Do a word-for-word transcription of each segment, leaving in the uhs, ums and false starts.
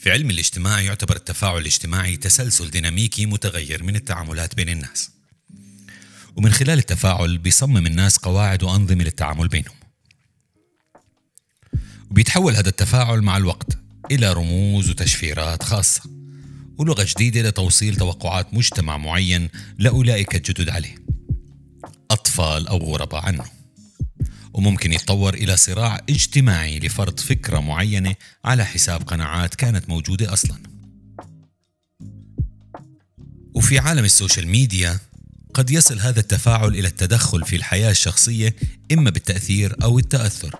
في علم الاجتماع يعتبر التفاعل الاجتماعي تسلسل ديناميكي متغير من التعاملات بين الناس، ومن خلال التفاعل بيصمم الناس قواعد وأنظمة للتعامل بينهم، وبيتحول هذا التفاعل مع الوقت إلى رموز وتشفيرات خاصة ولغة جديدة لتوصيل توقعات مجتمع معين لأولئك الجدد عليه، أطفال أو غرباء عنه. وممكن يتطور إلى صراع اجتماعي لفرض فكرة معينة على حساب قناعات كانت موجودة أصلا. وفي عالم السوشيال ميديا قد يصل هذا التفاعل إلى التدخل في الحياة الشخصية، إما بالتأثير أو التأثر.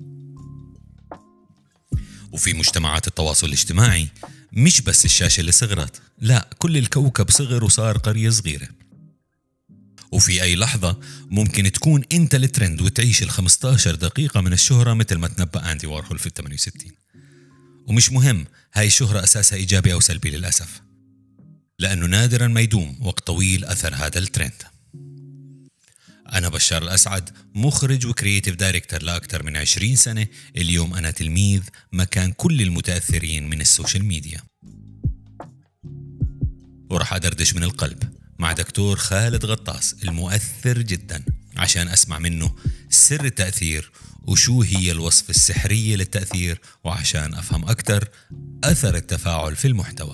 وفي مجتمعات التواصل الاجتماعي مش بس الشاشة اللي صغرت، لا، كل الكوكب صغر وصار قرية صغيرة. وفي أي لحظة ممكن تكون أنت الترند وتعيش الخمستاشر دقيقة من الشهرة مثل ما تنبأ أندي وارهول في الثمانية وستين. ومش مهم هاي الشهرة أساسها إيجابي أو سلبي للأسف، لأنه نادرا ما يدوم وقت طويل أثر هذا الترند. أنا بشار الأسعد، مخرج وكرياتيف دايركتور لأكثر من عشرين سنة. اليوم أنا تلميذ مكان كل المتأثرين من السوشيال ميديا، ورح أدردش من القلب مع دكتور خالد غطاس المؤثر جدا عشان أسمع منه سر التأثير وشو هي الوصفة السحرية للتأثير، وعشان أفهم أكثر أثر التفاعل في المحتوى.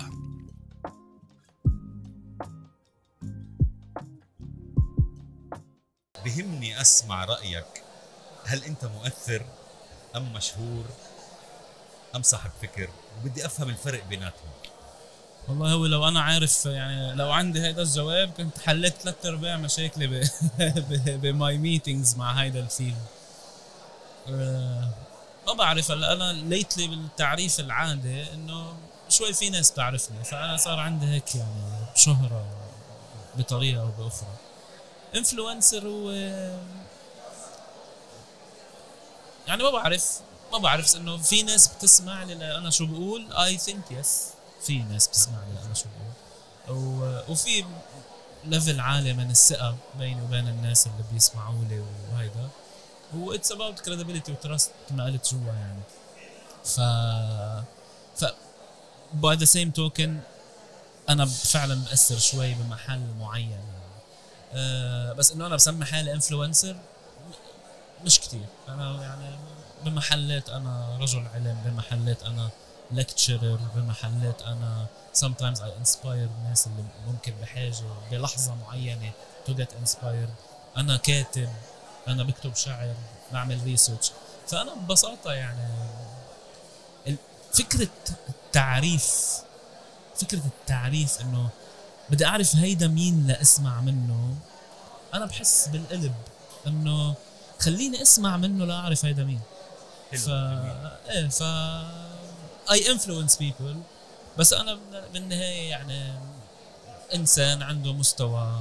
بهمني أسمع رأيك، هل أنت مؤثر أم مشهور أم صاحب فكر؟ وبدي أفهم الفرق بيناتهم. والله هو لو أنا عارف، يعني لو عندي هيدا الجواب كنت حليت ثلاث أرباع مشاكلي بماي ميتينجز مع هيدا الفيلم. أه ما بعرف. هلا أنا ليتلي بالتعريف العادي إنه شوي في ناس تعرفني، فأنا صار عندي هيك يعني شهرة بطريقة أو بأخرى. انفلونسر و يعني ما بعرف ما بعرف انه في ناس بتسمع لي انا شو بقول. اي ثينك يس في ناس بتسمع لي انا شو بقول، وفي ليفل عالي من الثقه بيني وبين الناس اللي بيسمعوا لي، وهيدا هو اتس اباوت كريديبيليتي وتراست ما قلت جوا يعني. ف ف باي ذا سيم توكن انا فعلا مأثر شوي بمحل معين. أه بس انه انا بسمي حالي انفلونسر مش كتير. انا يعني بمحلات انا رجل علم، بمحلات انا lecturer، بمحلات انا sometimes I inspire الناس اللي ممكن بحاجة بلحظة معينة to get inspired. انا كاتب، انا بكتب شعر، بعمل ريسيرش. فانا ببساطة يعني فكرة التعريف فكرة التعريف انه بدي اعرف هيدا مين لاسمع منه. انا بحس بالقلب انه خليني اسمع منه لا اعرف هيدا مين. ف ايه ف I influence people، بس انا بالنهاية يعني انسان عنده مستوى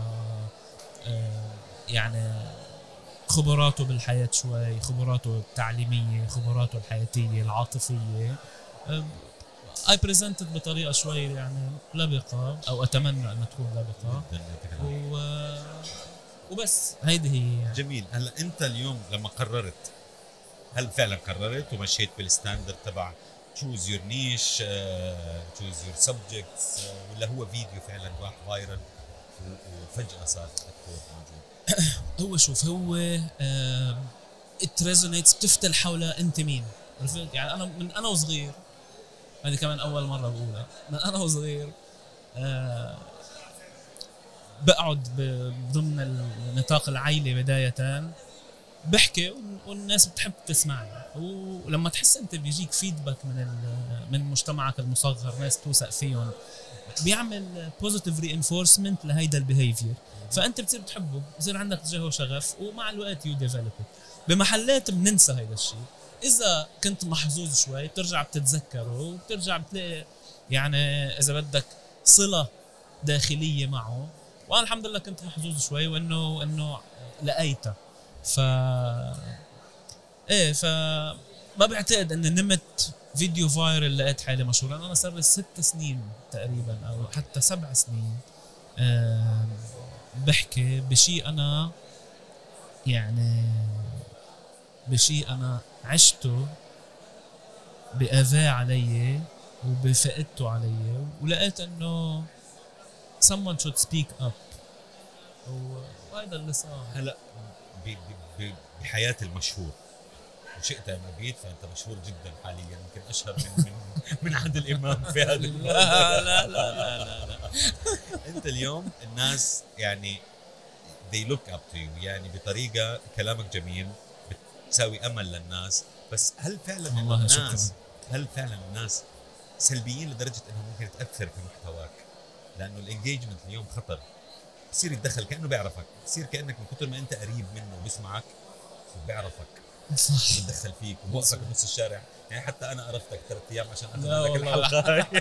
يعني خبراته بالحياة شوي، خبراته التعليمية، خبراته الحياتية العاطفية. I presented بطريقة شوي يعني لبقة، أو أتمنى أن تكون لبقة، و... وبس هيدي هي يعني. جميل. هلا أنت اليوم لما قررت، هل فعلا قررت ومشيت بالستاندرد تبع choose your niche uh, choose your subjects uh, ولا هو فيديو فعلا راح فايرل وفجأة صار الدكتور موجود؟ هو شوف هو آه it resonates، بتفتل حولها أنت مين. يعني أنا من أنا وصغير، هذه كمان أول مرة بقولها، من أنا وصغير أه بقعد ضمن النطاق العائلي بداية بحكي والناس بتحب تسمعني. ولما تحس أنت بيجيك فيدباك من من مجتمعك المصغر، ناس توثق فيهم، بيعمل positive reinforcement لهيدا البيهيفير، فأنت بتصير بتحبه، بصير عندك تجاهه شغف، ومع الوقت you develop it. بمحلات بننسى هيدا الشيء. إذا كنت محظوظ شوي بترجع بتتذكره، وبترجع بتلاقي يعني إذا بدك صلة داخلية معه. وأنا الحمد لله كنت محظوظ شوي، وإنه إنه لقيته. ف إيه ف ما بعتقد إن نمت فيديو فايرل لقيت حالي مشهور. أنا صار لي ست سنين تقريبا أو حتى سبع سنين أه بحكي بشيء أنا يعني بشيء أنا عشته بأذاه علي وبفقدته علي، ولقيت انه someone should speak up، وهذا اللي صار. هلا بحياة المشهور وشئت ام ابيت فانت مشهور جدا حاليا، يمكن اشهر من من, من عادل امام في هذا الموضوع. لا لا لا لا لا, لا. انت اليوم الناس يعني they look up to you، يعني بطريقه كلامك جميل بتساوي امل للناس، بس هل فعلا الناس شكرا. هل فعلا الناس سلبيين لدرجه انها ممكن تاثر في محتواك؟ لانه الانجيجمنت اليوم خطر، بصير يتدخل كانه بيعرفك، بصير كانك من كثر ما انت قريب منه وبيسمعك بيعرفك، صح، بتدخل فيك وبوقفك بنص الشارع. يعني حتى انا عرفتك ثلاث ايام عشان اخذ لك الحلقه هاي.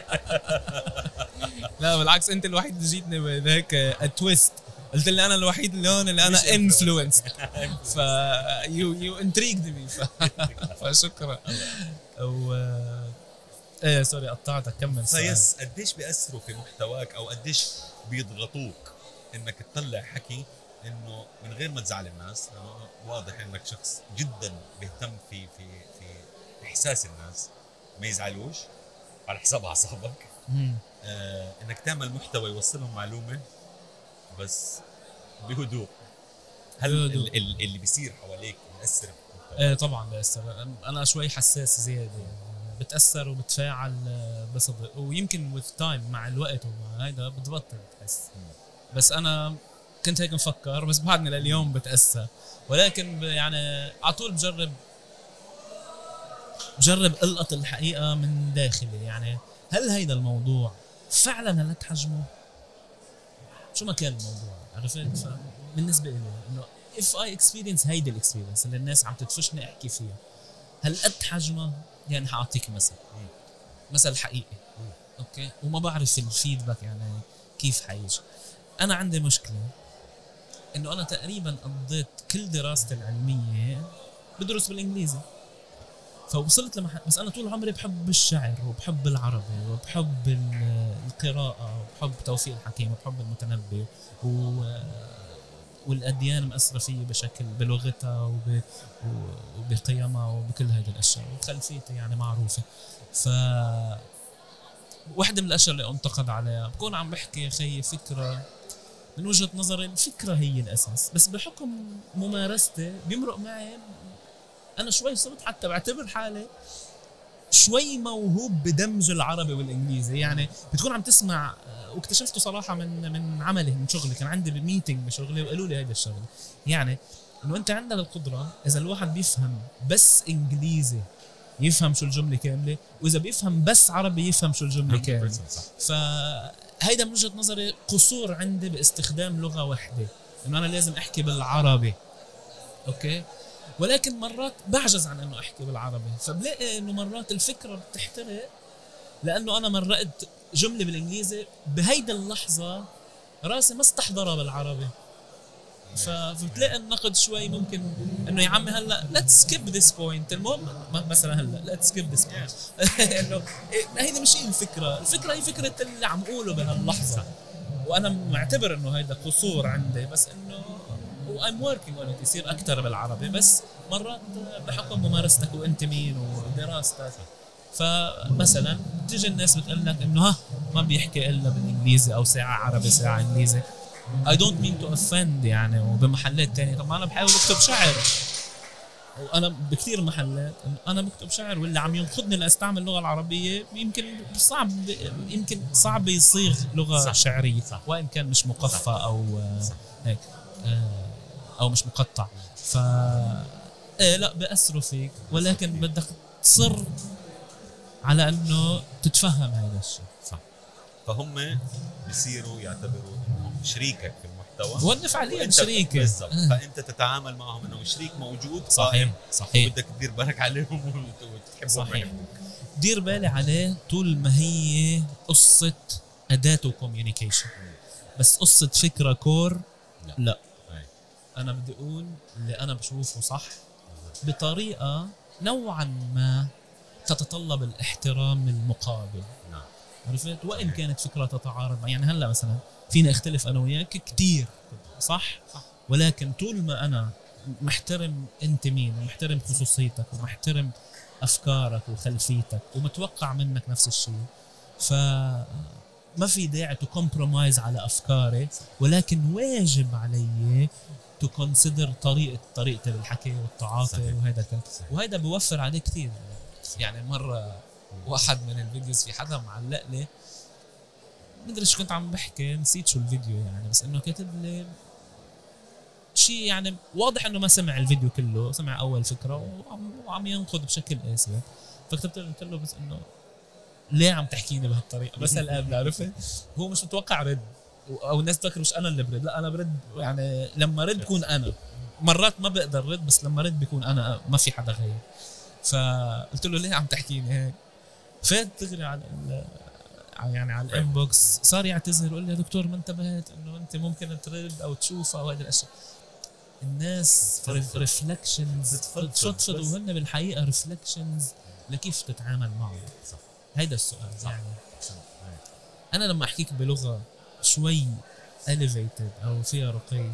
لا بالعكس، انت الوحيد اللي جيتني بهيك اتويست، قلت لي انا الوحيد اللي هون اللي انا انفلونس، ف يو يو انتريجد مي، فشكرا. و ايه سوري قطعتك، كمل. فيس قديش بيأثروا في محتواك او قديش بيضغطوك انك تطلع حكي انه من غير ما تزعل الناس، لانه واضح انك شخص جدا بيهتم في في في احساس الناس ما يزعلوش على حساب اعصابك. آه انك تعمل محتوى يوصلهم معلومه بس بهدوء. هل بهدوء. ال ال اللي بيصير حواليك بيأثر؟ ايه طبعا بيأثر، انا شوي حساس زياده، بتأثر وبتفاعل بصدق، ويمكن with time مع الوقت ومع هيدا بتبطل تحس. بس انا كنت هيك مفكر، بس بعدني لليوم بتأثر، ولكن يعني على طول بجرب بجرب القط الحقيقة من داخلي. يعني هل هيدا الموضوع فعلا هل تحجمه؟ شو ما كان الموضوع، عرفت؟ فبالنسبة لي انه if I experience هيدا الاكسبيرينس اللي الناس عم تدفشني احكي فيها، هل قد حجمه؟ يعني حاعطيك مثل مثل حقيقي، اوكي، وما بعرف الفيدباك يعني كيف حيجي. انا عندي مشكله انه انا تقريبا قضيت كل دراستي العلميه بدرس بالانجليزي، فوصلت لمحل. بس انا طول عمري بحب الشعر وبحب العربي وبحب القراءه وبحب توفيق الحكيم وبحب المتنبي، و والأديان مأثرة فيه بشكل بلغتها وب... وبقيمها وبكل هذه الأشياء، وخلفيتي يعني معروفة. ف واحدة من الأشياء اللي أنتقد عليها بكون عم بحكي يا خي فكرة من وجهة نظري الفكرة هي الأساس، بس بحكم ممارستي بيمرق معي أنا شوي صرت حتى بعتبر حالي شوي موهوب بدمج العربي والإنجليزي. يعني بتكون عم تسمع، واكتشفته صراحة من من عملي من شغلي، كان عندي ميتينج بشغلي وقالوا لي هيدا الشغله، يعني إنه أنت عندك القدرة إذا الواحد بيفهم بس إنجليزي يفهم شو الجملة كاملة، وإذا بيفهم بس عربي يفهم شو الجملة كاملة. فهيدا من وجهة نظري قصور عندي باستخدام لغة واحدة، إنه أنا لازم أحكي بالعربي، أوكي، ولكن مرات بعجز عن انه احكي بالعربي، فبلاقي انه مرات الفكره بتحترق لانه انا مرقت جمله بالانجليزي بهيدا اللحظه راسي ما استحضرها بالعربي، فبتلاقي النقد شوي ممكن انه يا عمي هلا let's skip this point. المهم مثلا هلا let's skip this point انه هيدا مش هي الفكره، الفكره هي فكره اللي عم اقوله بهاللحظه، وانا معتبر انه هيدا قصور عندي، بس انه وأيم working on it يصير أكتر بالعربي، بس مرات بحكم ممارستك وأنت مين ودراستك. فمثلا تيجي الناس بتقلك إنه ها ما بيحكي إلا بالإنجليزي أو ساعة عربي ساعة إنجليزي. I don't mean to offend يعني، وبمحلات تانية طبعا أنا بحاول أكتب شعر، وأنا بكثير محلات أنا بكتب شعر، واللي عم ينقذني لأستعمل اللغة العربية يمكن صعب يمكن صعب يصيغ لغة صح. شعرية صح. وإن كان مش مقفى أو هيك او مش مقطع، ف إيه لا بأثروا فيك، ولكن بدك تصر على انه تتفهم هذا الشيء صح. فهم بيصيروا يعتبروا انهم شريكك في المحتوى، وانا فعليا شريكي بالضبط، فانت تتعامل معهم انه شريك موجود صحيح صحيح، وبدك تدير بالك عليهم وتحبهم صحيح. دير بالي عليه طول ما هي قصة أداة وكوميونيكيشن، بس قصة فكرة كور لا, لا. أنا بدي أقول اللي أنا بشوفه صح بطريقة نوعا ما تتطلب الاحترام المقابل. نعم. عرفت؟ وإن كانت فكرة تتعارض، يعني هلا مثلا فينا اختلف أنا وياك كتير صح؟ صح، ولكن طول ما أنا محترم انت مين، ومحترم خصوصيتك، ومحترم افكارك وخلفيتك، ومتوقع منك نفس الشيء. فما في داعي تو كومبرومايز على افكاري، ولكن واجب علي تو كونسيدر طريقه طريقتي بالحكي والتعاطي، وهذا كان وهذا بيوفر عليه كثير. يعني مره واحد من الفيديوز في حدا معلق لي، مدري شو كنت عم بحكي، نسيت شو الفيديو يعني، بس انه كاتب لي شيء يعني واضح انه ما سمع الفيديو كله، سمع اول فكره وعم, وعم ينقد بشكل قاسي. فكتبت له قلت له بس انه ليه عم تحكيني بهالطريقه؟ بس الان عرفت هو مش متوقع رد، او الناس تفكر مش انا اللي برد، لا انا برد يعني لما رد بكون انا، مرات ما بقدر رد بس لما رد بيكون انا، ما في حدا غير. فقلت له ليه عم تحكيني هيك؟ فات دغري على يعني على الانبوكس صار يعتذر ويقول لي يا دكتور ما انتبهت انه انت ممكن ترد او تشوفها وهذه الاشياء. الناس ريفلكشنز تفضفض، وهن بالحقيقه ريفلكشنز لكيف تتعامل معه. هيدا السؤال. صح. يعني صح. انا لما احكيك بلغه شوي elevated او فيها رقي،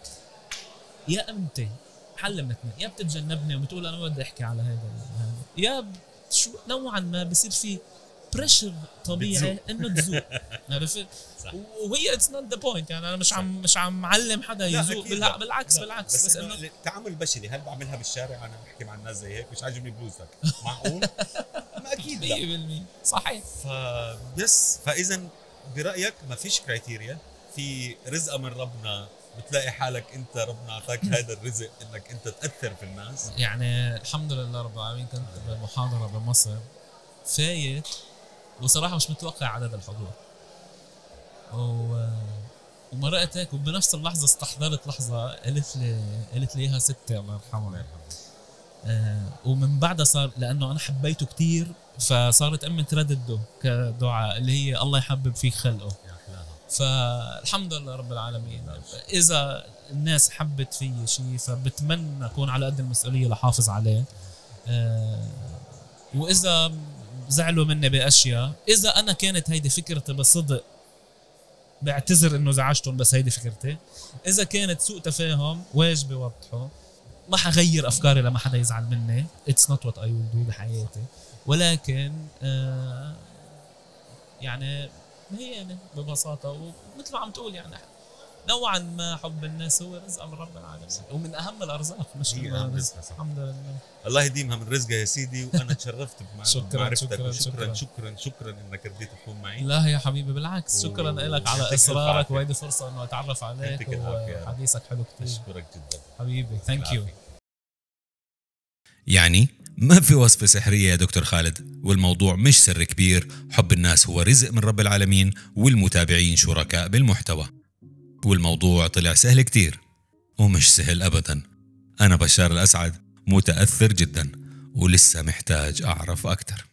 يا انت حل من اثنين، يا بتتجنبني وبتقول انا ما بدي احكي على هذا، يا شو نوعا ما بصير في بريشر طبيعي انه تزوق. عرفت؟ وهي اتس نوت ذا بوينت، يعني انا مش عم مش عم معلم حدا يزوق، بالع... بالعكس لا. بالعكس بس, بس انه التعامل البشري، هل بعملها بالشارع انا بحكي مع الناس زي هيك مش عاجبني بلوزك معقول؟ ما اكيد لا. مية بالمية صحيح. فبس فاذا برايك ما فيش كرايتيريا، في رزقه من ربنا، بتلاقي حالك انت ربنا اعطاك هذا الرزق انك انت تاثر في الناس. يعني الحمد لله رب العالمين، كنت بمحاضره بمصر فايت وصراحه مش متوقع عدد الحضور، و... ومرقت هيك وبنفس اللحظه استحضرت لحظه قالت لي قالت لي اياها ستي الله يرحمها. آه ومن بعدها صار، لانه انا حبيته كتير فصارت امي تردده كدعاء اللي هي الله يحبب فيك خلقه. فالحمد لله رب العالمين. اذا الناس حبت فيي شيء فبتمنى اكون على قد المسؤوليه لحافظ عليه. آه واذا زعلوا مني باشياء، اذا انا كانت هيدي فكرتي بصدق بعتذر انه زعجتهم، بس هيدي فكرتي. اذا كانت سوء تفاهم واجبي وضحه، ما حغير افكاري لما حدا يزعل مني. it's not what I will do بحياتي، ولكن آه يعني هي يعني ببساطه، ومثل ما عم تقول يعني نوعا ما حب الناس هو رزق من رب العالمين، ومن اهم الارزاق، مش الرزق. الحمد لله، الله يديمها من رزقها يا سيدي. وانا تشرفت بمعرفتك. شكرا شكرا شكرا شكرا شكرا انك رضيت تكون معي. لا يا حبيبي بالعكس، شكرا لك على اصرارك، وهيدي فرصه انه اتعرف عليك، وحديثك حلو كثير. اشكرك جدا حبيبي، ثانك يو. يعني ما في وصفة سحرية يا دكتور خالد، والموضوع مش سر كبير. حب الناس هو رزق من رب العالمين، والمتابعين شركاء بالمحتوى. والموضوع طلع سهل كتير ومش سهل أبدا. أنا بشار الأسعد، متأثر جدا ولسه محتاج أعرف أكتر.